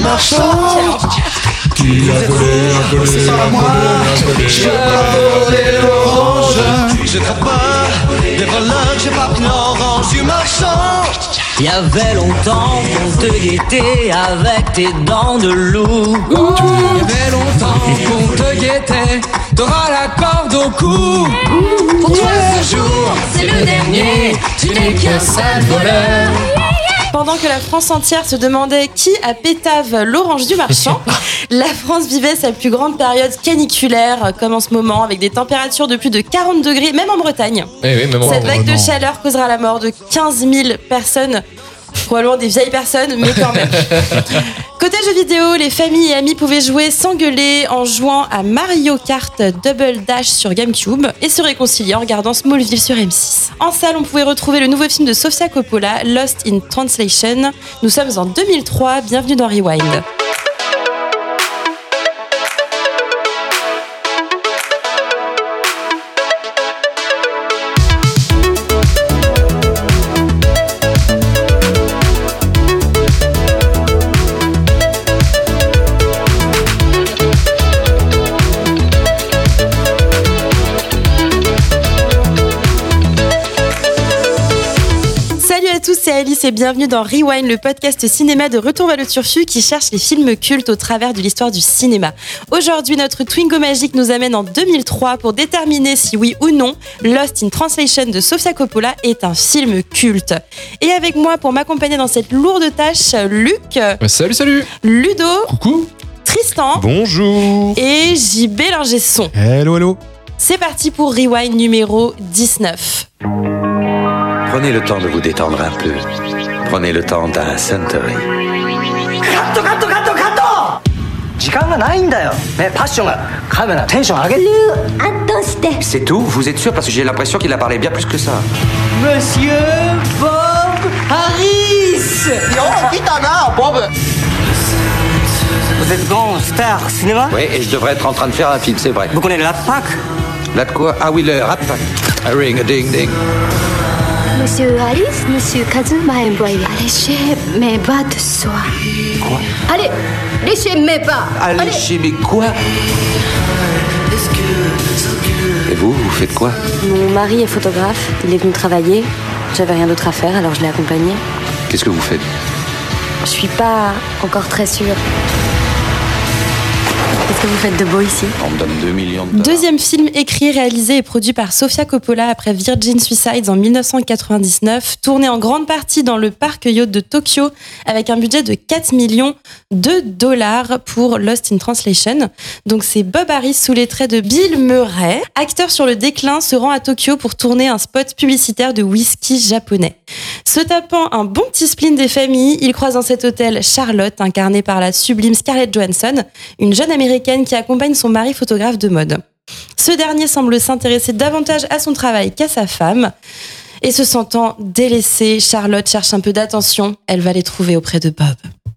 marchand. Qui a volé, C'est pas moi. J'ai volé l'orange. Je craque pas des voleurs, j'ai pas pris l'orange du marchand. Il y avait longtemps qu'on te guettait avec tes dents de loup. Il y avait longtemps qu'on te guettait, t'auras la corde au cou. Pour toi ce jour, c'est le dernier, tu n'es qu'un sale voleur. Pendant que la France entière se demandait qui a pétave l'orange du marchand, la France vivait sa plus grande période caniculaire, comme en ce moment, avec des températures de plus de 40 degrés, même en Bretagne. Cette vague de chaleur causera la mort de 15 000 personnes, probablement des vieilles personnes, mais quand même. Côté jeux vidéo, les familles et amis pouvaient jouer sans gueuler en jouant à Mario Kart Double Dash sur GameCube et se réconcilier en regardant Smallville sur M6. En salle, on pouvait retrouver le nouveau film de Sofia Coppola, Lost in Translation. Nous sommes en 2003, bienvenue dans Rewind. C'est Alice et bienvenue dans Rewind, le podcast cinéma de Retour vers le Turfu qui cherche les films cultes au travers de l'histoire du cinéma. Aujourd'hui, notre Twingo magique nous amène en 2003 pour déterminer si oui ou non Lost in Translation de Sofia Coppola est un film culte. Et avec moi pour m'accompagner dans cette lourde tâche, Luc. Salut. Ludo. Coucou. Tristan. Bonjour. Et JB l'ingé son. Hello. C'est parti pour Rewind numéro 19. Prenez le temps de vous détendre un peu. Prenez le temps d'un Suntory. C'est tout? Vous êtes sûr? Parce que j'ai l'impression qu'il a parlé bien plus que ça. Monsieur Bob Harris. Bob! Vous êtes grand star cinéma? Oui, et je devrais être en train de faire un film, c'est vrai. Vous connaissez le Rat Pack? Là de quoi? Ah oui, le Rat Pack. A ring, a ding, ding. Monsieur Alice, monsieur Kazuma envoyé. Alléchez mes bas de soie. Quoi? Allez, léchez mes bas. Allez chez mes quoi? Et vous faites quoi? Mon mari est photographe, il est venu travailler. J'avais rien d'autre à faire, alors je l'ai accompagné. Qu'est-ce que vous faites? Je suis pas encore très sûre. Qu'est-ce que vous faites de beau ici? On me donne 2 millions de dollars. Deuxième film écrit, réalisé et produit par Sofia Coppola après Virgin Suicides en 1999, tourné en grande partie dans le parc yacht de Tokyo avec un budget de 4 millions de dollars pour Lost in Translation. Donc c'est Bob Harris sous les traits de Bill Murray, acteur sur le déclin, se rend à Tokyo pour tourner un spot publicitaire de whisky japonais. Se tapant un bon petit spleen des familles, il croise dans cet hôtel Charlotte, incarnée par la sublime Scarlett Johansson, une jeune américaine qui accompagne son mari photographe de mode. Ce dernier semble s'intéresser davantage à son travail qu'à sa femme. Et se sentant délaissée, Charlotte cherche un peu d'attention. Elle va les trouver auprès de Bob.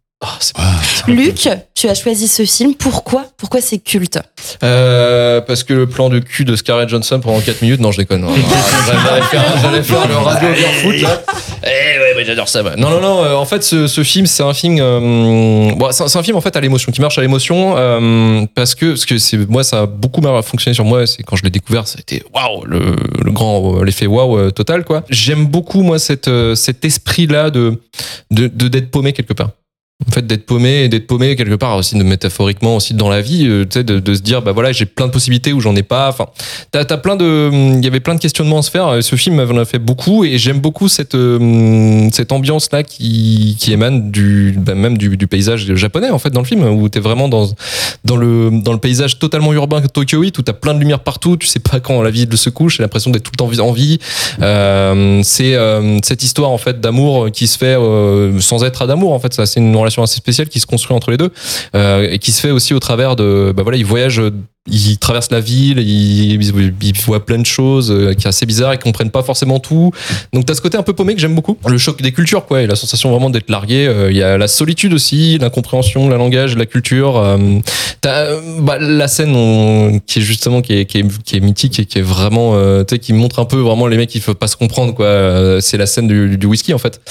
Luc, tu as choisi ce film. Pourquoi c'est culte? Parce que le plan de cul de Scarlett Johansson pendant 4 minutes, non je déconne. J'allais faire le radio Overfoot là. Ouais, j'adore ça. Ouais. Non. En fait, ce film, c'est un film. C'est un film en fait à l'émotion, qui marche à l'émotion, parce que moi, ça a beaucoup mal fonctionné sur moi. C'est quand je l'ai découvert, ça a été waouh, l'effet waouh total quoi. J'aime beaucoup moi cet esprit là d'être paumé quelque part. En fait, d'être paumé quelque part aussi, métaphoriquement aussi dans la vie, tu sais, de se dire, bah voilà, j'ai plein de possibilités où j'en ai pas. Enfin, il y avait plein de questionnements à se faire. Ce film m'en a fait beaucoup et j'aime beaucoup cette ambiance là qui émane même du paysage japonais en fait dans le film, où t'es vraiment dans le paysage totalement urbain tokyoïte, où t'as plein de lumière partout, tu sais pas quand la vie se couche, j'ai l'impression d'être tout le temps en vie. C'est cette histoire en fait d'amour qui se fait sans être d'amour en fait, ça c'est une relation assez spéciale qui se construit entre les deux, et qui se fait aussi au travers de ils voyagent ils traversent la ville, ils voient plein de choses qui est assez bizarre, ils comprennent pas forcément tout. Donc t'as ce côté un peu paumé que j'aime beaucoup. Le choc des cultures, quoi, et la sensation vraiment d'être largué. Il y a la solitude aussi, l'incompréhension, le langage, la culture. T'as la scène qui est justement qui est mythique et qui est vraiment, tu sais, qui montre un peu vraiment les mecs qui peuvent pas se comprendre, quoi. C'est la scène du whisky en fait,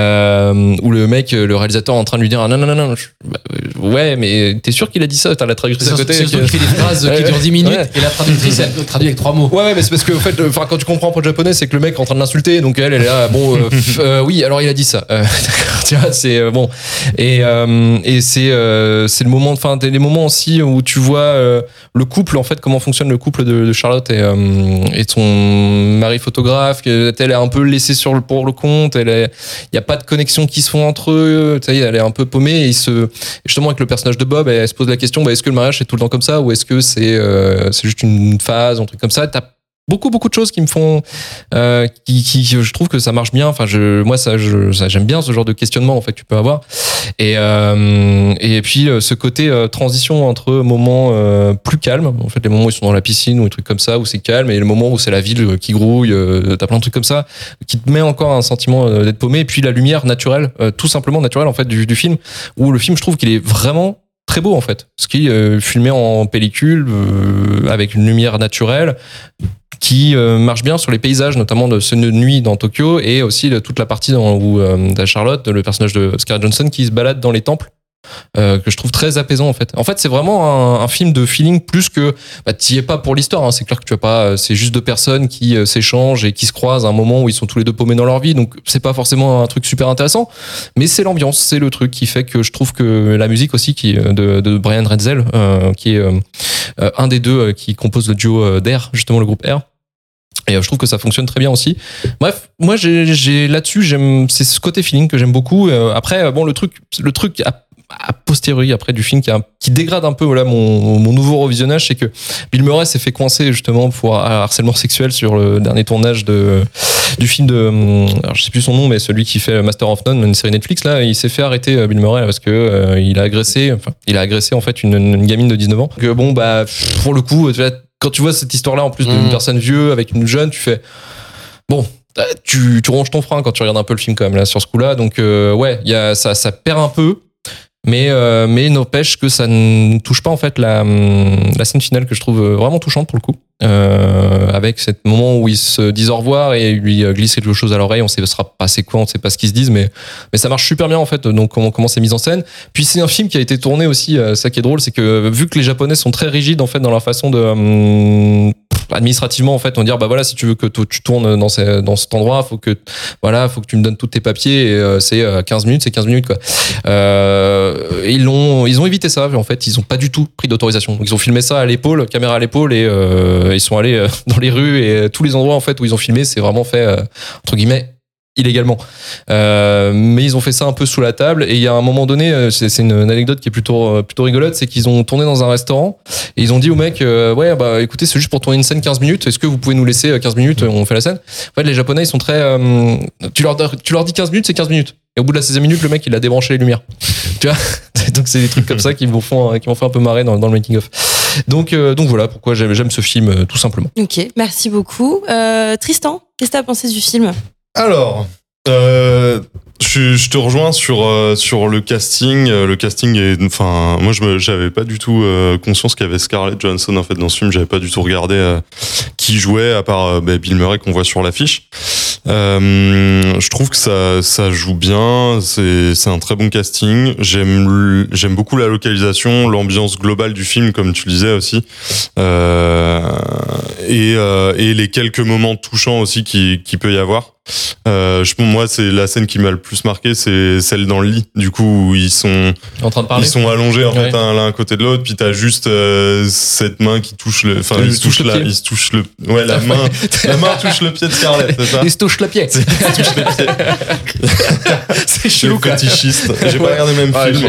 où le mec, le réalisateur, est en train de lui dire non. Ouais, mais t'es sûr qu'il a dit ça? T'as la traductrice à côté. C'est surtout qu'il fait des phrases qui durent 10 minutes et la traductrice elle traduit avec 3 mots. Ouais, mais c'est parce que en fait, quand tu comprends pas le japonais, c'est que le mec est en train de l'insulter, donc elle est là, oui, alors il a dit ça. Tu vois, c'est bon. Et c'est le moment, enfin, les moments aussi où tu vois le couple, en fait, comment fonctionne le couple de Charlotte et son mari photographe, qu'elle est un peu laissée pour le compte, il y a pas de connexion qui se font entre eux, tu sais, elle est un peu paumée et justement avec le personnage de Bob, elle se pose la question, est-ce que le mariage c'est tout le temps comme ça ou est-ce que c'est juste une phase, un truc comme ça. T'as beaucoup de choses qui me font qui je trouve que ça marche bien. Enfin, moi j'aime bien ce genre de questionnement en fait que tu peux avoir et puis ce côté transition entre moments plus calmes, en fait les moments où ils sont dans la piscine ou des trucs comme ça où c'est calme, et le moment où c'est la ville qui grouille, t'as plein de trucs comme ça qui te met encore un sentiment d'être paumé, et puis la lumière naturelle, tout simplement naturelle en fait du film, où le film je trouve qu'il est vraiment très beau en fait, ce qui est filmé en pellicule avec une lumière naturelle qui marche bien sur les paysages, notamment de cette nuit dans Tokyo, et aussi toute la partie où t'as Charlotte, le personnage de Scarlett Johansson, qui se balade dans les temples, que je trouve très apaisant en fait. En fait, c'est vraiment un film de feeling plus que t'y es pas pour l'histoire. Hein. C'est clair que tu vas pas. C'est juste deux personnes qui s'échangent et qui se croisent à un moment où ils sont tous les deux paumés dans leur vie. Donc c'est pas forcément un truc super intéressant, mais c'est l'ambiance, c'est le truc qui fait que je trouve que la musique aussi de Brian Renzel, qui est un des deux qui compose le duo d'Air, justement le groupe Air. Et je trouve que ça fonctionne très bien aussi. Bref, moi j'ai là-dessus, c'est ce côté feeling que j'aime beaucoup. Après, bon, le truc a posteriori après du film qui dégrade un peu mon nouveau revisionnage, c'est que Bill Murray s'est fait coincer justement pour harcèlement sexuel sur le dernier tournage du film alors je sais plus son nom, mais celui qui fait Master of None, une série Netflix là, il s'est fait arrêter Bill Murray parce que il a agressé en fait une gamine de 19 ans. Donc bon pour le coup, quand tu vois cette histoire-là en plus d'une personne vieux avec une jeune, tu fais bon, tu ronges ton frein quand tu regardes un peu le film quand même là sur ce coup-là. Donc ouais, ça perd un peu. Mais n'empêche que ça ne touche pas en fait la scène finale que je trouve vraiment touchante pour le coup, avec ce moment où ils se disent au revoir et lui glissent quelque chose à l'oreille, on sait sera passé quoi, on sait pas ce qu'ils se disent, mais ça marche super bien en fait. Donc comment c'est mis en scène. Puis c'est un film qui a été tourné aussi, ça qui est drôle, c'est que vu que les Japonais sont très rigides en fait dans leur façon de administrativement en fait, on dit voilà, si tu veux que tu tournes dans cet endroit, faut que tu me donnes tous tes papiers, et c'est 15 minutes quoi. Ils ont évité ça en fait, ils ont pas du tout pris d'autorisation. Donc ils ont filmé ça à l'épaule, caméra à l'épaule, et ils sont allés dans les rues, et tous les endroits en fait où ils ont filmé, c'est vraiment fait entre guillemets illégalement. Mais ils ont fait ça un peu sous la table, et il y a un moment donné, c'est une anecdote qui est plutôt rigolote, c'est qu'ils ont tourné dans un restaurant et ils ont dit au mec écoutez, c'est juste pour tourner une scène 15 minutes, est-ce que vous pouvez nous laisser 15 minutes, on fait la scène. En fait les Japonais ils sont très tu leur dis 15 minutes, c'est 15 minutes, et au bout de la 16e minute le mec il a débranché les lumières, tu vois. Donc c'est des trucs comme ça qui m'ont fait un peu marrer dans le making of. Donc voilà pourquoi j'aime ce film, tout simplement. Ok, merci beaucoup. Tristan, qu'est-ce que t'as pensé du film? Alors, je te rejoins sur le casting. Le casting est, enfin, moi j'avais pas du tout conscience qu'il y avait Scarlett Johansson en fait dans ce film. J'avais pas du tout regardé qui jouait à part Bill Murray qu'on voit sur l'affiche. Je trouve que ça joue bien. C'est un très bon casting. J'aime beaucoup la localisation, l'ambiance globale du film, comme tu le disais aussi, et les quelques moments touchants aussi qui peut y avoir. Moi, c'est la scène qui m'a le plus marqué, c'est celle dans le lit, du coup, où ils sont en train de parler. Ils sont allongés en fait l'un à côté de l'autre, puis t'as juste cette main qui touche ils se touchent la main touche le pied de Scarlett, c'est ça? Ils se touchent le pied. Ils touchent le pied. C'est chelou quoi. Fétichiste. J'ai pas regardé le même film.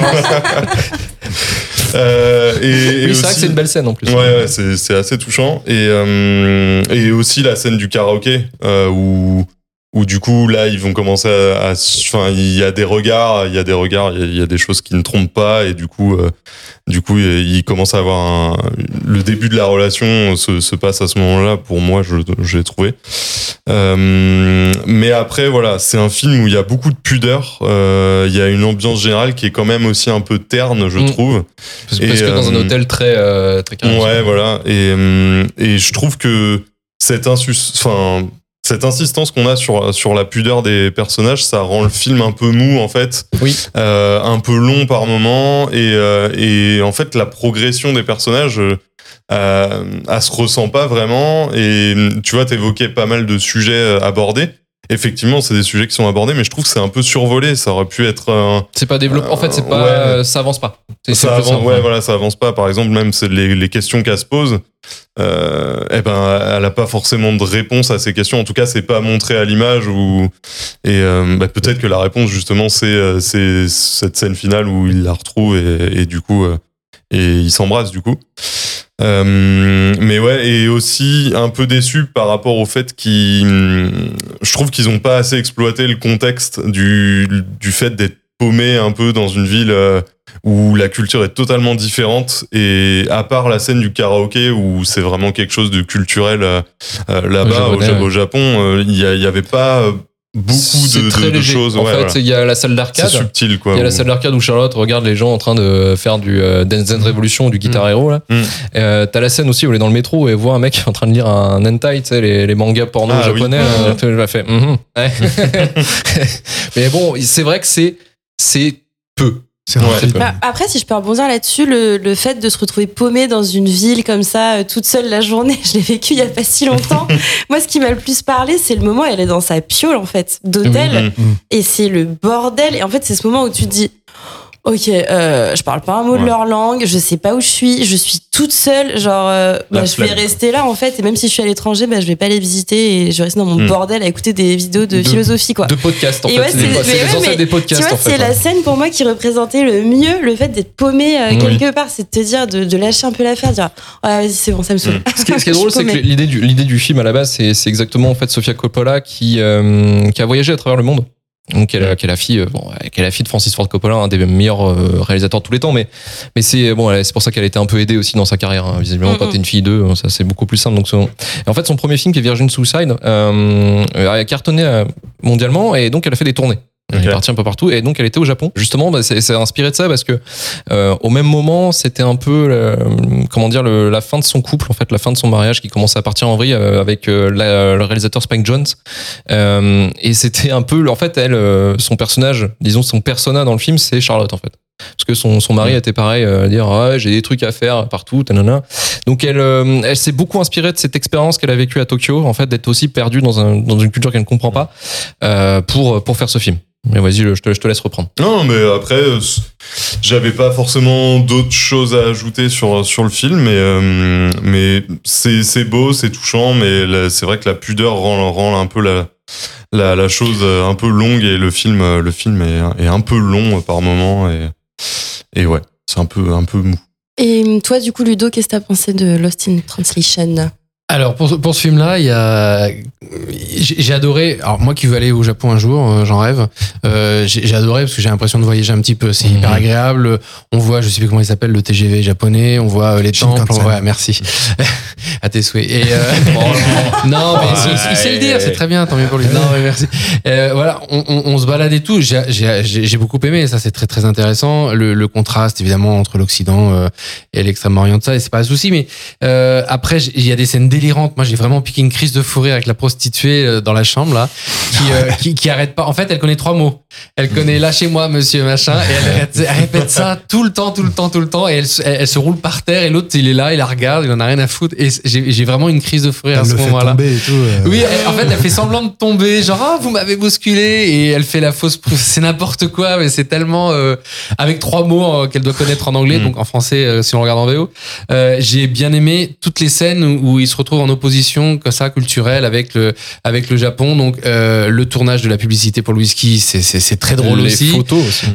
Et oui, aussi, c'est vrai que c'est une belle scène en plus. Ouais, c'est assez touchant. Et aussi la scène du karaoké où où du coup là ils vont commencer enfin il y a des regards, il y a des choses qui ne trompent pas, et du coup ils commencent à avoir le début de la relation se passe à ce moment-là. Pour moi, j'ai trouvé. Mais après voilà, c'est un film où il y a beaucoup de pudeur, il y a une ambiance générale qui est quand même aussi un peu terne, je trouve. Parce que dans un hôtel très carré. Ouais, voilà, et je trouve que cette insistance qu'on a sur la pudeur des personnages, ça rend le film un peu mou en fait, un peu long par moment, et en fait la progression des personnages elle se ressent pas vraiment. Et tu vois, t'évoquais pas mal de sujets abordés. Effectivement, c'est des sujets qui sont abordés, mais je trouve que c'est un peu survolé. Ça aurait pu être c'est pas développé. En fait, c'est pas. Ça avance pas. Ça avance pas. Par exemple, même c'est les questions qu'elle se pose. Elle a pas forcément de réponse à ces questions. En tout cas, c'est pas montré à l'image. Peut-être que la réponse justement, c'est cette scène finale où il la retrouve et du coup, et ils s'embrassent du coup. Mais ouais, et aussi un peu déçu par rapport au fait je trouve qu'ils ont pas assez exploité le contexte du fait d'être paumé un peu dans une ville où la culture est totalement différente, et à part la scène du karaoké où c'est vraiment quelque chose de culturel là-bas au Japon, il y avait pas beaucoup de choses. En fait, il y a la salle d'arcade. C'est subtil, quoi. Il y a la salle d'arcade où Charlotte regarde les gens en train de faire du Dance Dance Revolution ou du Guitar Hero, là. T'as la scène aussi où elle est dans le métro et voit un mec en train de lire un hentai, tu sais, les mangas porno japonais. Elle a fait, ouais. Mais bon, c'est vrai que c'est peu. Après, si je peux rebondir là-dessus, le fait de se retrouver paumé dans une ville comme ça, toute seule la journée, je l'ai vécu il y a pas si longtemps. Moi, ce qui m'a le plus parlé, c'est le moment où elle est dans sa piole, en fait, d'hôtel, et c'est le bordel. Et en fait, c'est ce moment où tu te dis, ok, je parle pas un mot de leur langue, je sais pas où je suis toute seule, genre, je vais rester là, en fait, et même si je suis à l'étranger, je vais pas les visiter, et je vais rester dans mon bordel à écouter des vidéos de philosophie, quoi. De podcasts, en et fait. Ouais, c'est les ancêtres des podcasts, tu vois, en fait. C'est la scène pour moi qui représentait le mieux le fait d'être paumé quelque part, c'est de te dire, de lâcher un peu l'affaire, de dire, vas-y, c'est bon, ça me saoule. Ce qui est drôle, c'est que l'idée du film, à la base, c'est exactement, en fait, Sofia Coppola qui a voyagé à travers le monde. Donc elle est la fille de Francis Ford Coppola, un des meilleurs réalisateurs de tous les temps, mais c'est pour ça qu'elle a été un peu aidée aussi dans sa carrière, hein. Visiblement quand t'es une fille d'eux, ça c'est beaucoup plus simple. Donc et en fait son premier film qui est Virgin Suicide a cartonné mondialement, et donc elle a fait des tournées. Elle est partie un peu partout, et donc elle était au Japon. Justement, c'est inspiré de ça parce que au même moment, c'était un peu la fin de son couple, en fait, la fin de son mariage qui commençait à partir en vrille avec le réalisateur Spike Jonze. Et c'était un peu, en fait, elle, son personnage, disons son persona dans le film, c'est Charlotte, en fait. Parce que son mari était pareil, dire j'ai des trucs à faire partout, tanana. Donc elle s'est beaucoup inspirée de cette expérience qu'elle a vécue à Tokyo, en fait, d'être aussi perdue dans une culture qu'elle ne comprend pas, pour faire ce film. Mais vas-y, je te laisse reprendre. Non, mais après, j'avais pas forcément d'autres choses à ajouter sur le film, mais c'est beau, c'est touchant, mais c'est vrai que la pudeur rend un peu la chose un peu longue, et le film est un peu long par moment, et ouais, c'est un peu mou. Et toi, du coup, Ludo, qu'est-ce que t'as pensé de Lost in Translation ? Alors pour ce film-là, j'ai adoré. Alors moi qui veux aller au Japon un jour, j'en rêve. J'ai adoré parce que j'ai l'impression de voyager un petit peu. C'est hyper agréable. On voit, je sais plus comment il s'appelle, le TGV japonais. On voit les temples. Ouais, merci. À tes souhaits. Et non, mais il sait le dire, c'est très bien. Tant mieux pour lui. Non, mais merci. Voilà, on se balade et tout. J'ai beaucoup aimé. Ça, c'est très très intéressant. Le contraste évidemment entre l'Occident et l'Extrême-Orient, ça, et c'est pas un souci. Mais après, il y a des scènes délirante. Moi, j'ai vraiment piqué une crise de fou rire avec la prostituée dans la chambre, là, qui arrête pas. En fait, elle connaît 3 mots. Elle connaît lâchez-moi, monsieur, machin, et elle répète ça tout le temps, et elle se roule par terre, et l'autre, il est là, il la regarde, il en a rien à foutre, et j'ai vraiment une crise de fou rire à ce moment-là. Tomber et tout, Oui, en fait, elle fait semblant de tomber, genre, vous m'avez bousculé, et elle fait la fausse preuve. C'est n'importe quoi, mais c'est tellement, avec 3 mots qu'elle doit connaître en anglais, donc en français, si on regarde en VO. J'ai bien aimé toutes les scènes où il se retrouve retrouve en opposition comme ça culturelle avec le Japon. Donc le tournage de la publicité pour le whisky, c'est très drôle aussi. Les photos aussi.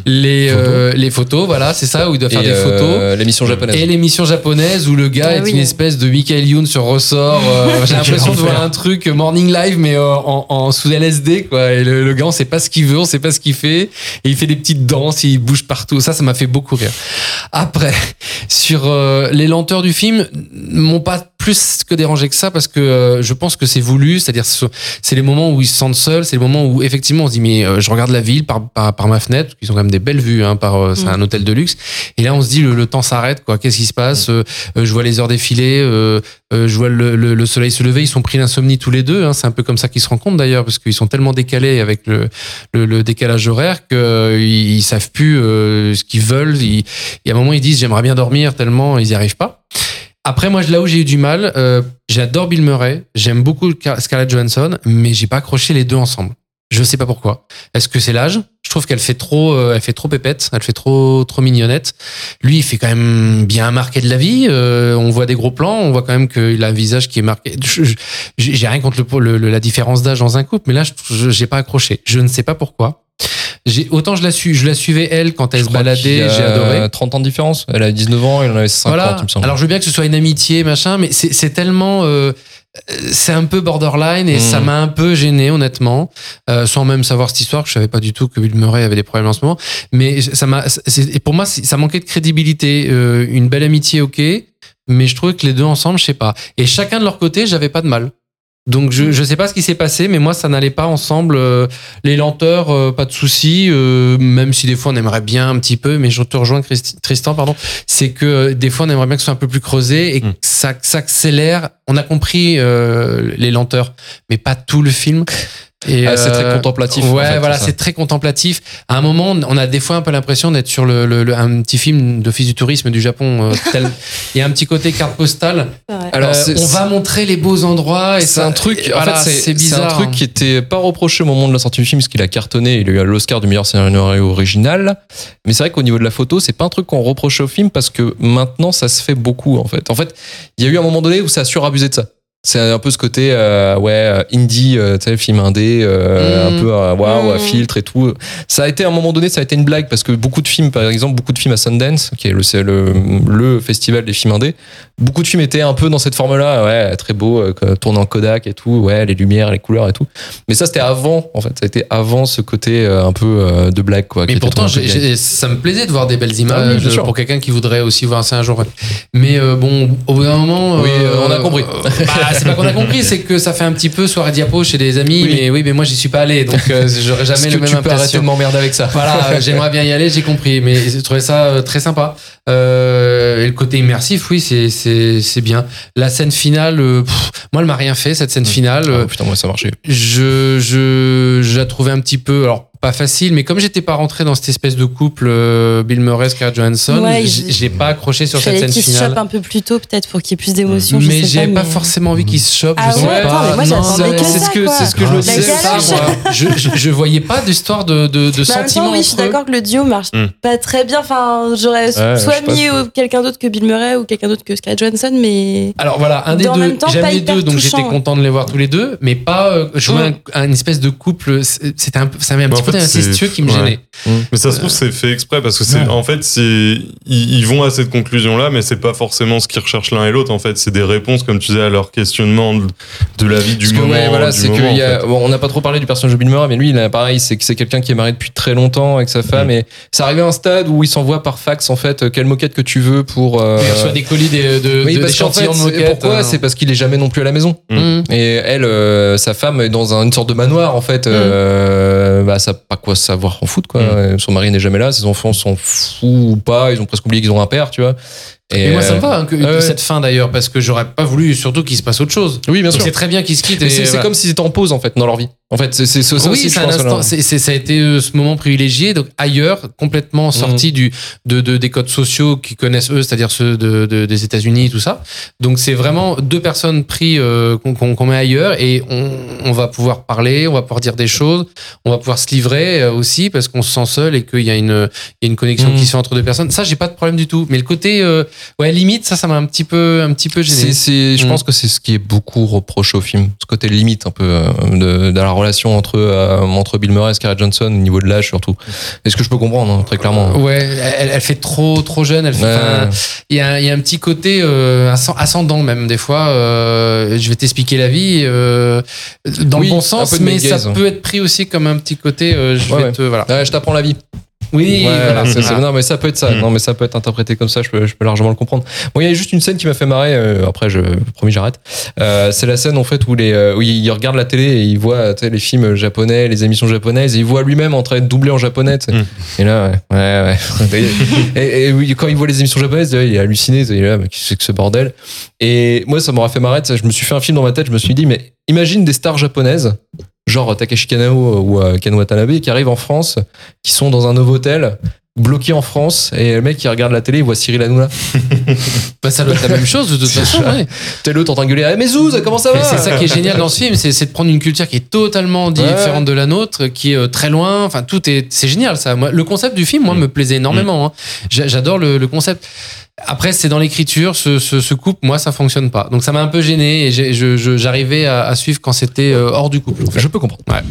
Les photos, voilà, c'est ça où il doit faire des photos. L'émission japonaise. Et l'émission japonaise où le gars est une espèce de Michael Youn sur ressort. J'ai l'impression de voir un truc Morning Live mais en sous LSD quoi. Et le gars on sait pas ce qu'il veut, on sait pas ce qu'il fait et il fait des petites danses, il bouge partout. Ça m'a fait beaucoup rire. Après sur les lenteurs du film m'ont pas plus que dérangé que ça parce que je pense que c'est voulu, c'est-à-dire c'est les moments où ils se sentent seuls, c'est les moments où effectivement on se dit mais je regarde la ville par ma fenêtre, ils ont quand même des belles vues c'est un hôtel de luxe et là on se dit le temps s'arrête quoi, qu'est-ce qui se passe, je vois les heures défiler, je vois le soleil se lever, ils sont pris d'insomnie tous les deux, c'est un peu comme ça qu'ils se rencontrent d'ailleurs parce qu'ils sont tellement décalés avec le décalage horaire qu'ils savent plus ce qu'ils veulent, et à un moment ils disent j'aimerais bien dormir tellement ils y arrivent pas. Après, moi, là où j'ai eu du mal, j'adore Bill Murray, j'aime beaucoup Scarlett Johansson, mais j'ai pas accroché les deux ensemble. Je sais pas pourquoi. Est-ce que c'est l'âge ? Je trouve qu'elle fait trop pépette, elle fait trop mignonnette. Lui, il fait quand même bien marqué de la vie. On voit des gros plans, on voit quand même qu'il a un visage qui est marqué. J'ai rien contre la différence d'âge dans un couple, mais là, j'ai pas accroché. Je ne sais pas pourquoi. Autant je la suivais elle quand elle se baladait, j'ai adoré. 30 ans de différence. Elle a 19 ans, il en avait 50, voilà. il me semble. Alors je veux bien que ce soit une amitié, machin, mais c'est tellement c'est un peu borderline et ça m'a un peu gêné honnêtement, sans même savoir cette histoire, que je savais pas du tout que Bill Murray avait des problèmes en ce moment, mais pour moi ça manquait de crédibilité. Une belle amitié, ok, mais je trouvais que les deux ensemble, je sais pas, et chacun de leur côté, j'avais pas de mal. Donc je sais pas ce qui s'est passé, mais moi ça n'allait pas ensemble. Les lenteurs, pas de souci, même si des fois on aimerait bien un petit peu, mais je te rejoins Tristan, pardon, c'est que des fois on aimerait bien que ce soit un peu plus creusé et que ça accélère. On a compris les lenteurs, mais pas tout le film. Et c'est très contemplatif. Ouais, en fait, voilà, c'est très contemplatif. À un moment, on a des fois un peu l'impression d'être sur un petit film d'Office du tourisme du Japon. Il y a un petit côté carte postale. Ouais. Alors, on va montrer les beaux endroits. Et c'est un truc. En voilà, fait, c'est bizarre. un truc qui était pas reproché au moment de la sortie du film, parce qu'il a cartonné. Il a eu l'Oscar du meilleur scénario original. Mais c'est vrai qu'au niveau de la photo, c'est pas un truc qu'on reproche au film parce que maintenant, ça se fait beaucoup. En fait, il y a eu un moment donné où ça a surabusé de ça. C'est un peu ce côté indie, tu sais, film indé, un peu filtre et tout. Ça a été à un moment donné, ça a été une blague parce que beaucoup de films, par exemple, beaucoup de films à Sundance, qui est le festival des films indés, beaucoup de films étaient un peu dans cette forme-là, très beau, tourné en Kodak et tout, les lumières, les couleurs et tout. Mais ça, c'était avant, en fait, ça a été avant ce côté un peu de blague, quoi. Mais pourtant, ça me plaisait de voir des belles images pour quelqu'un qui voudrait aussi voir ça un jour. Mais bon, au bout d'un moment, on a compris. C'est pas qu'on a compris, c'est que ça fait un petit peu soirée diapo chez des amis, mais moi j'y suis pas allé, donc j'aurais jamais le même impression. Tu peux arrêter de m'emmerder avec ça. Voilà, j'aimerais bien y aller, j'ai compris, mais j'ai trouvé ça très sympa. Et le côté immersif, oui, c'est bien. La scène finale, moi elle m'a rien fait cette scène finale. Putain, moi ça marchait. Je la trouvais un petit peu, alors pas facile, mais comme j'étais pas rentré dans cette espèce de couple Bill Murray, Scarlett Johansson, j'ai pas accroché sur cette scène finale. Qu'il se chope un peu plus tôt peut-être pour qu'il y ait plus d'émotion. Mais j'avais pas forcément envie qu'il se chope. Ah je sais ouais, pas. attends, mais moi j'attendais que ça, c'est ce que je me disais. Je voyais pas d'histoire de sentiment. Oui, je suis d'accord que le duo marche pas très bien. Enfin, j'aurais soit mis quelqu'un d'autre que Bill Murray ou quelqu'un d'autre que Scarlett Johansson, mais alors voilà, un des deux. J'aime les deux, donc j'étais content de les voir tous les deux, mais pas jouer une espèce de couple. C'était un peu, ça m'avait un petit côté incestueux qui me gênait. Mais ça se trouve c'est fait exprès parce que en fait ils vont à cette conclusion là, mais c'est pas forcément ce qu'ils recherchent l'un et l'autre. En fait, c'est des réponses, comme tu disais, à leur questionnement de la vie du moment. On n'a pas trop parlé du personnage de Bill Murray, mais lui, il a pareil, c'est quelqu'un qui est marié depuis très longtemps avec sa femme, et c'est arrivé à un stade où il s'envoie par fax en fait quelle moquette que tu veux pour. Il reçoit des colis d'échantillons de moquettes. Pourquoi c'est parce qu'il est jamais non plus à la maison. Et elle, sa femme est dans une sorte de manoir en fait. Ça pas quoi savoir en foutre quoi. Son mari n'est jamais là, ses enfants s'en foutent ou pas, ils ont presque oublié qu'ils ont un père, tu vois. Et moi ça me va cette fin d'ailleurs, parce que j'aurais pas voulu surtout qu'il se passe autre chose. Oui, bien sûr. C'est très bien qu'ils se quittent. C'est comme s'ils étaient en pause en fait dans leur vie. En fait, c'est ça aussi. C'est un instant. Ça a été ce moment privilégié, donc ailleurs, complètement sorti des codes sociaux qu'ils connaissent eux, c'est-à-dire ceux des États-Unis, tout ça. Donc c'est vraiment deux personnes prises qu'on met ailleurs, et on va pouvoir parler, on va pouvoir dire des choses, on va pouvoir se livrer. vrai aussi parce qu'on se sent seul et qu'il y a une connexion qui se fait entre deux personnes. Ça, j'ai pas de problème du tout. Mais le côté limite, ça m'a un petit peu gêné. Je pense que c'est ce qui est beaucoup reproché au film, ce côté limite un peu de la relation entre Bill Murray et Scarlett Johansson au niveau de l'âge surtout. Est-ce que je peux comprendre très clairement. Ouais, elle fait trop jeune. Elle fait. Il y a un petit côté ascendant même des fois. Je vais t'expliquer la vie dans le bon sens, mais ça peut être pris aussi comme un petit côté. Je t'apprends la vie. Oui, voilà. Non, mais ça peut être ça. Non, mais ça peut être interprété comme ça. Je peux largement le comprendre. Bon, il y a juste une scène qui m'a fait marrer. Après, promis, j'arrête. C'est la scène en fait où il regarde la télé et il voit les films japonais, les émissions japonaises, et il voit lui-même en train de doubler en japonais. Et là, ouais. et quand il voit les émissions japonaises, il est halluciné. Il est là, mais qu'est-ce que ce bordel? Et moi, ça m'aura fait marrer. Je me suis fait un film dans ma tête. Je me suis dit, mais imagine des stars japonaises, genre Takeshi Kanao ou Ken Watanabe, qui arrivent en France, qui sont dans un Novotel, bloqués en France, et le mec qui regarde la télé, il voit Cyril Hanouna. Ça doit être la même chose de toute façon. Ouais. T'es l'autre en train de gueuler, mais Zouz, comment ça va? C'est ça qui est génial dans ce film, c'est de prendre une culture qui est totalement différente de la nôtre, qui est très loin. Enfin, c'est génial ça. Moi, le concept du film, me plaisait énormément. Hein. J'adore le concept. Après, c'est dans l'écriture, ce couple, moi, ça fonctionne pas. Donc, ça m'a un peu gêné et j'arrivais à suivre quand c'était hors du couple. En fait. Je peux comprendre. Ouais.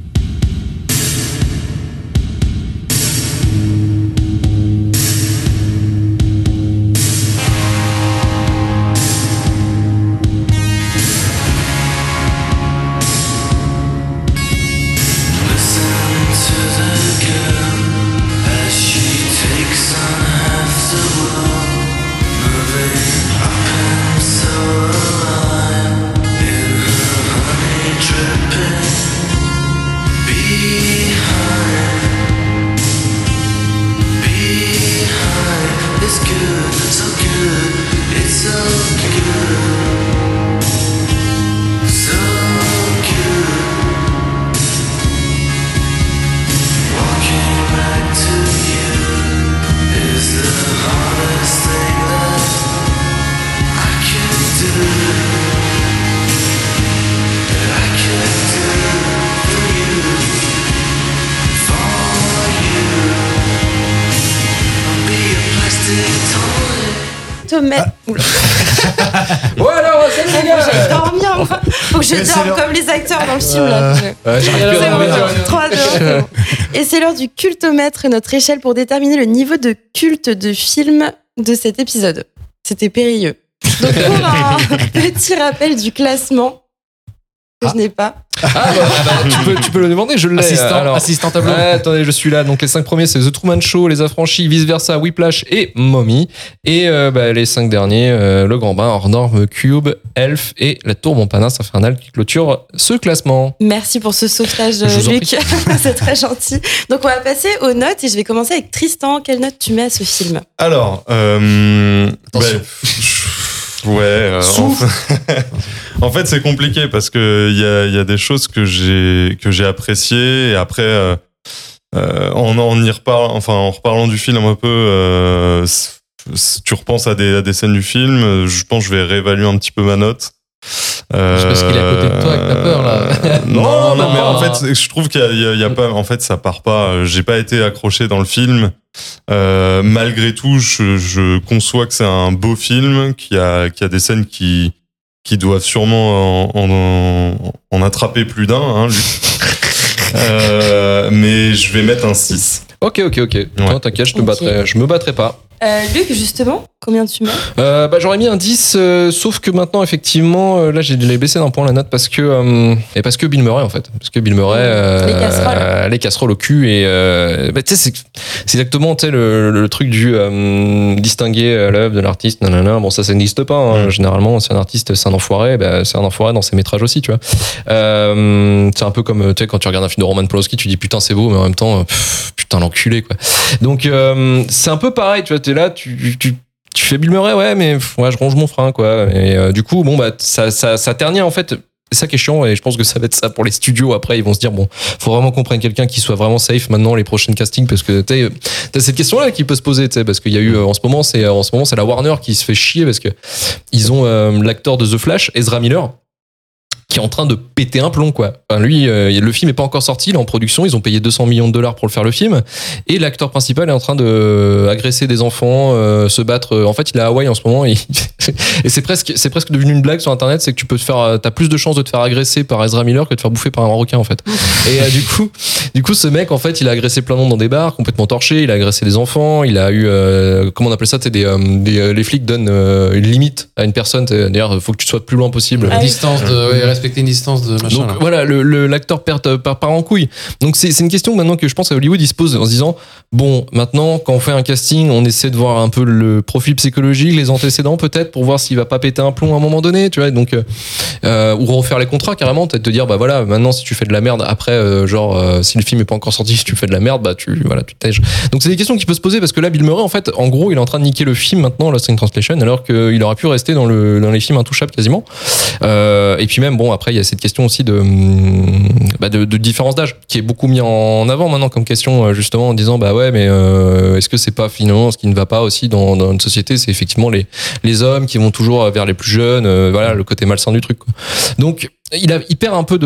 Ouais, alors, salut les gars! J'ai dormi, enfin. Faut que je dorme comme les acteurs dans le film, là. J'arrive 3, 2, 1. Et c'est l'heure du cultomètre, notre échelle pour déterminer le niveau de culte de film de cet épisode. C'était périlleux. Donc, pour un petit rappel du classement, que je n'ai pas. Tu peux le demander, je l'ai. Assistant tableau. Attendez, je suis là. Donc les 5 premiers, c'est The Truman Show, Les Affranchis, Vice Versa, Whiplash et Mommy. Et les 5 derniers, Le Grand Bain, Hors Norme, Cube, Elf et La Tour Montparnasse Infernale qui clôture ce classement. Merci pour ce sauvetage, Luc. C'est très gentil. Donc on va passer aux notes et je vais commencer avec Tristan. Quelle note tu mets à ce film? Alors, en fait, c'est compliqué parce que il y a des choses que j'ai appréciées et après, en reparlant du film un peu, tu repenses à des scènes du film. Je pense que je vais réévaluer un petit peu ma note. C'est parce qu'il est à côté de toi et que t'as peur là. non, mais en fait, je trouve qu'il y a pas. En fait, ça part pas. J'ai pas été accroché dans le film. Malgré tout, je conçois que c'est un beau film, qu'il y a des scènes qui doivent sûrement en attraper plus d'un. Hein, mais je vais mettre un 6. Ok. Non, t'inquiète, je me battrai pas. Luc, justement, combien tu mets? J'aurais mis un 10, sauf que maintenant, effectivement, là, j'ai baissé d'un point la note parce que Bill Murray, en fait. Parce que Bill Murray, les casseroles au cul et, tu sais, c'est exactement, tu sais, le truc du distinguer l'œuvre de l'artiste, nanana. Bon, ça n'existe pas, hein. Généralement, si un artiste, c'est un enfoiré, c'est un enfoiré dans ses métrages aussi, tu vois. C'est un peu comme, tu sais, quand tu regardes un film de Roman Polanski, tu dis putain, c'est beau, mais en même temps, putain, l'enculé, quoi. Donc, c'est un peu pareil, tu vois, t'es là, tu fais Bill Murray, ouais, mais je ronge mon frein, quoi. Et du coup, bon, ça ternit, en fait. C'est ça qui est chiant, et je pense que ça va être ça pour les studios. Après, ils vont se dire, bon, faut vraiment qu'on prenne quelqu'un qui soit vraiment safe maintenant les prochaines castings, parce que t'as cette question-là qui peut se poser, parce qu'il y a eu en ce moment, c'est la Warner qui se fait chier parce que ils ont l'acteur de The Flash, Ezra Miller, qui est en train de péter un plomb, quoi. Enfin, lui, le film est pas encore sorti, il est en production, ils ont payé $200 millions pour le faire, le film, et l'acteur principal est en train de agresser des enfants, se battre. En fait, il est à Hawaï en ce moment, et c'est presque devenu une blague sur Internet, c'est que t'as plus de chances de te faire agresser par Ezra Miller que de te faire bouffer par un requin, en fait. Et du coup, ce mec, en fait, il a agressé plein de monde dans des bars, complètement torché, il a agressé des enfants, il a eu, comment on appelle ça, les flics donnent une limite à une personne, d'ailleurs, faut que tu sois le plus loin possible. Distance respecter une distance de machin. Donc là. voilà, l'acteur part en couille. Donc c'est une question maintenant que je pense à Hollywood, ils se posent en se disant, bon, maintenant, quand on fait un casting, on essaie de voir un peu le profil psychologique, les antécédents peut-être, pour voir s'il va pas péter un plomb à un moment donné, tu vois, donc, ou refaire les contrats carrément, peut-être te dire, bah voilà, maintenant, si tu fais de la merde, après, si le film est pas encore sorti, si tu fais de la merde, bah tu tèges. Donc c'est des questions qui peuvent se poser, parce que là, Bill Murray, en fait, en gros, il est en train de niquer le film maintenant, Lost in Translation, alors qu'il aurait pu rester dans les films intouchables quasiment. Et puis même, bon, après, il y a cette question aussi de différence d'âge, qui est beaucoup mis en avant maintenant comme question, justement, en disant, bah ouais, mais est-ce que c'est pas finalement ce qui ne va pas aussi dans une société, c'est effectivement les hommes qui vont toujours vers les plus jeunes, voilà, le côté malsain du truc, quoi. Donc, il perd un peu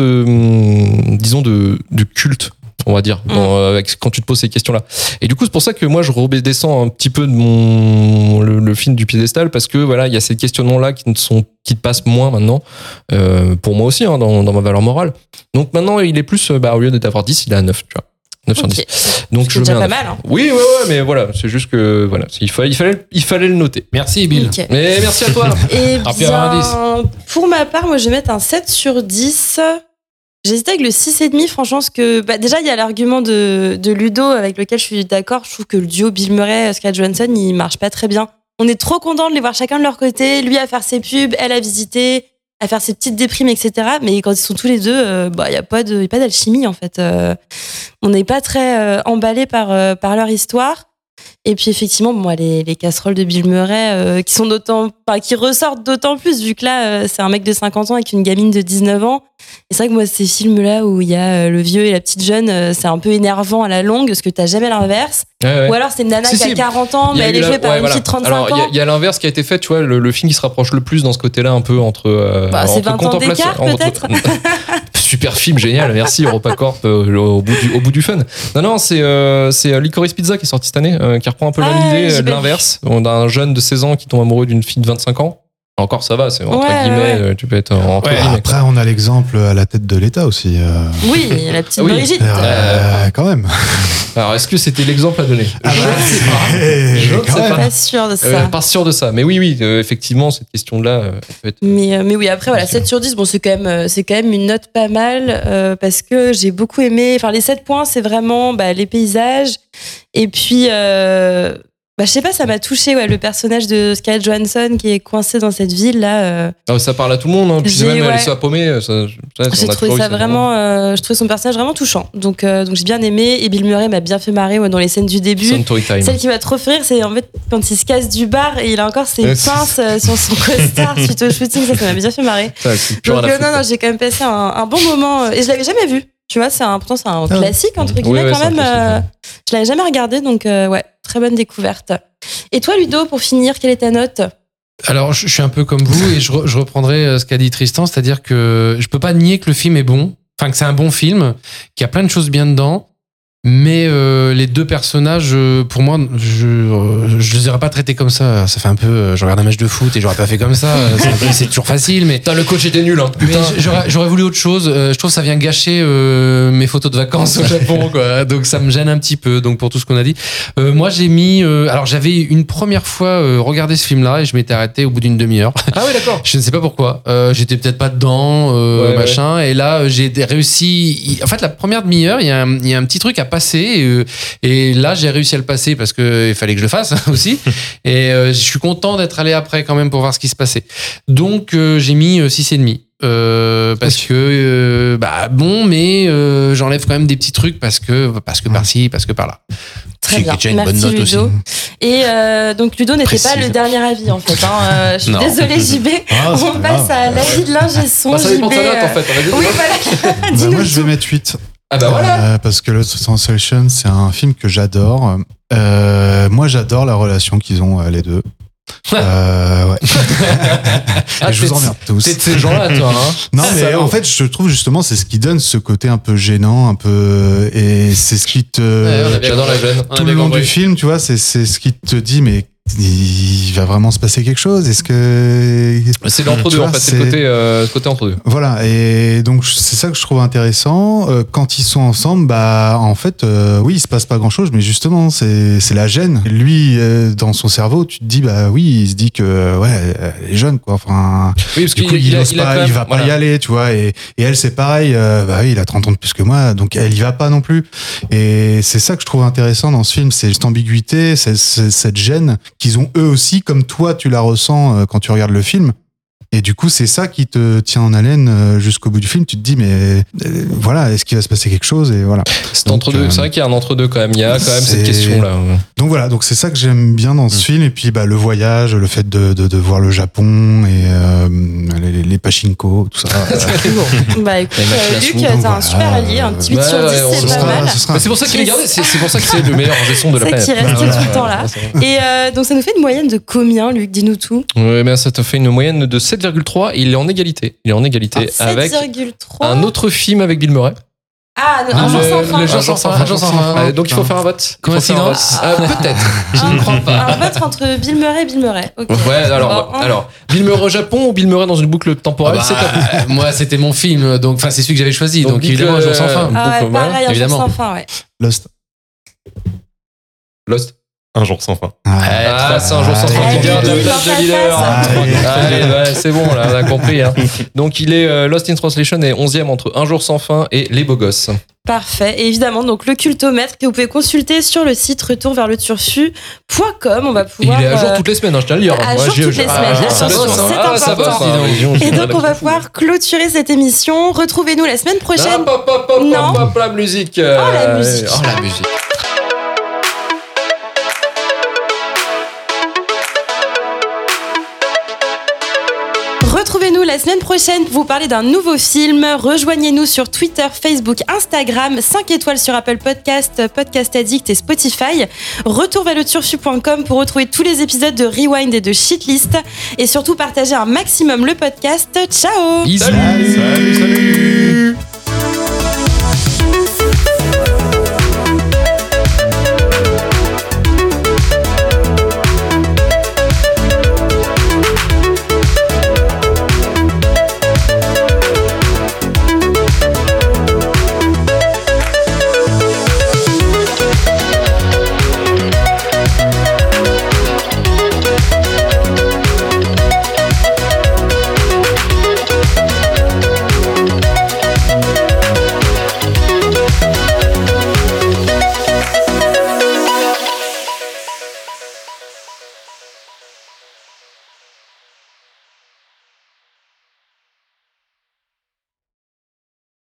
de culte, on va dire, quand tu te poses ces questions-là. Et du coup, c'est pour ça que moi, je redescends un petit peu de le film du piédestal, parce que voilà, il y a ces questionnements-là qui te passent moins maintenant, pour moi aussi, hein, dans ma valeur morale. Donc maintenant, il est plus, au lieu d'avoir 10, il est à 9, tu vois. 9 sur 10. Donc c'est déjà pas mal, hein. Oui, mais voilà, c'est juste que voilà, il fallait le noter. Merci Bill. Okay. Mais merci à toi. Et bien, pour ma part, moi je vais mettre un 7 sur 10. J'hésitais avec le 6,5, franchement, parce que déjà il y a l'argument de Ludo avec lequel je suis d'accord. Je trouve que le duo Bill Murray, Scarlett Johansson, il marche pas très bien. On est trop contents de les voir chacun de leur côté, lui à faire ses pubs, elle à visiter, à faire ses petites déprimes, etc. Mais quand ils sont tous les deux, il y a pas d'alchimie en fait. On n'est pas très emballés par leur histoire. Et puis effectivement, les casseroles de Bill Murray qui ressortent d'autant plus, vu que là, c'est un mec de 50 ans avec une gamine de 19 ans. Et c'est vrai que moi, ces films-là où il y a le vieux et la petite jeune, c'est un peu énervant à la longue, parce que t'as jamais l'inverse. Ouais. Ou alors c'est une nana qui a 40 ans, mais elle est jouée par une fille de 35 ans. Il y a l'inverse qui a été fait, tu vois, le film qui se rapproche le plus dans ce côté-là, un peu entre c'est 20 ans d'écart, peut-être. Super film, génial, merci EuropaCorp, au bout du fun. Non, c'est Licorice Pizza qui est sorti cette année, qui reprend un peu l'idée de l'inverse, d'un jeune de 16 ans qui tombe amoureux d'une fille de 25 ans. Encore ça va, c'est entre guillemets, tu peux être entre guillemets. Après, on a l'exemple à la tête de l'État aussi. Oui, la petite Brigitte. Quand même. Alors, est-ce que c'était l'exemple à donner? Je ne sais pas sûr de ça. Pas sûr de ça, mais oui, effectivement, cette question-là peut être. Mais oui, après, voilà, 7 sur 10, bon, c'est quand même une note pas mal, parce que j'ai beaucoup aimé. Enfin, les 7 points, c'est vraiment les paysages. Et puis, je sais pas, ça m'a touché, le personnage de Scarlett Johansson qui est coincé dans cette ville là. Ça parle à tout le monde, hein. Puis c'est même elle soit paumée. J'ai trouvé ça vraiment, je trouvais son personnage vraiment touchant. Donc j'ai bien aimé. Et Bill Murray m'a bien fait marrer dans les scènes du début. Celle qui m'a trop fait rire, c'est en fait quand il se casse du bar et il a encore ses pinces sur son costard suite au shooting. Ça m'a bien fait marrer. Donc non, j'ai quand même passé un bon moment et je l'avais jamais vu. Tu vois, pourtant c'est un classique entre guillemets quand même. Je l'avais jamais regardé, donc très bonne découverte. Et toi, Ludo, pour finir, quelle est ta note? Alors, je suis un peu comme vous et je reprendrai ce qu'a dit Tristan, c'est-à-dire que je peux pas nier que le film est bon, enfin que c'est un bon film, qu'il y a plein de choses bien dedans, mais les deux personnages, pour moi, je les aurais pas traités comme ça. Ça fait un peu, je regarde un match de foot et j'aurais pas fait comme ça. C'est toujours facile, mais le coach était nul, hein. Mais j'aurais voulu autre chose. Je trouve que ça vient gâcher mes photos de vacances au Japon, quoi. Donc ça me gêne un petit peu. Donc pour tout ce qu'on a dit, moi j'ai mis. Alors j'avais une première fois regardé ce film-là et je m'étais arrêté au bout d'une demi-heure. Ah oui, d'accord. Je ne sais pas pourquoi. J'étais peut-être pas dedans, machin. Ouais. Et là j'ai réussi. En fait, la première demi-heure, il y a un petit truc à passer et là j'ai réussi à le passer parce que il fallait que je le fasse aussi et je suis content d'être allé après quand même pour voir ce qui se passait. Donc j'ai mis 6,5 parce que mais j'enlève quand même des petits trucs parce que par-ci, parce que par-là. Très bien, merci Ludo. Aussi. Et donc Ludo n'était pas le dernier avis en fait. Je suis désolée JB. On passe à l'avis de l'ingé son. Ça dépend de sa note en fait. Oui, voilà. Moi je vais mettre 8. Ah bah voilà. Parce que Lost in Translation, c'est un film que j'adore. Moi, j'adore la relation qu'ils ont les deux. Ouais. Et je vous emmerde tous. T'es de ces gens-là, toi. Hein. Non, mais en fait, je trouve justement, c'est ce qui donne ce côté un peu gênant, un peu, et c'est ce qui te. J'adore la gêne. Tout le long du film, tu vois, c'est ce qui te dit, mais il va vraiment se passer quelque chose. Est-ce que c'est l'entre-deux, en fait, c'est le côté entre-deux. Voilà, et donc c'est ça que je trouve intéressant. Quand ils sont ensemble, bah en fait, oui, il se passe pas grand-chose, mais justement, c'est la gêne. Lui, dans son cerveau, tu te dis, bah oui, il se dit que ouais, elle est jeune, quoi. Enfin, oui, parce du coup, il va pas y aller, tu vois. Et elle, c'est pareil. Bah oui, il a 30 ans de plus que moi, donc elle y va pas non plus. Et c'est ça que je trouve intéressant dans ce film, c'est cette ambiguïté, cette gêne qu'ils ont eux aussi, comme toi tu la ressens quand tu regardes le film. Et du coup, c'est ça qui te tient en haleine jusqu'au bout du film. Tu te dis, mais voilà, est-ce qu'il va se passer quelque chose? Et voilà. C'est entre-deux. C'est vrai qu'il y a un entre-deux quand même. Il y a quand même cette question-là. Donc voilà, donc c'est ça que j'aime bien dans ce film. Et puis bah, le voyage, le fait de voir le Japon et les pachinko, tout ça. Bah écoute, Luc, t'as un super allié, un petit 8 sur 10, c'est pas mal. C'est pour ça qu'il est gardé. C'est pour ça que c'est le meilleur son de la planète. C'est qu'il reste tout le temps là. Et donc ça nous fait une moyenne de combien, Luc? Dis-nous tout. Oui, ben ça te fait une moyenne de 7,3. Il est en égalité. Il est en égalité avec 7,3. un autre film avec Bill Murray. Ah, un jour sans fin. Un jour sans fin. Donc il faut faire un vote. Coïncidence. Peut-être. Je ne crois pas. Un vote entre Bill Murray et Bill Murray. Okay. Ouais, alors Bill Murray au Japon ou Bill Murray dans une boucle temporelle, c'est à vous. Moi, c'était mon film, donc enfin c'est celui que j'avais choisi, donc évidemment un jour sans fin. Ah ouais, pareil, un jour sans fin, ouais. Lost. Un jour sans fin. C'est un jour sans fin qui vient de de leader. C'est bon, là, on a compris. Hein. Donc, il est Lost in Translation est 11e entre Un jour sans fin et Les Beaux Gosses. Parfait. Et évidemment, donc le cultomètre que vous pouvez consulter sur le site retourverleturfu.com. On va pouvoir. Il est à jour toutes les semaines, je tiens à le lire. À jour toutes les semaine. C'est important. Et donc, on va pouvoir clôturer cette émission. Retrouvez-nous la semaine prochaine. Non. La musique. La musique. La musique. Retrouvez-nous la semaine prochaine pour vous parler d'un nouveau film. Rejoignez-nous sur Twitter, Facebook, Instagram, 5 étoiles sur Apple Podcast, Podcast Addict et Spotify. Retourverleturfu.com pour retrouver tous les épisodes de Rewind et de Shitlist. Et surtout, partagez un maximum le podcast. Ciao! Salut.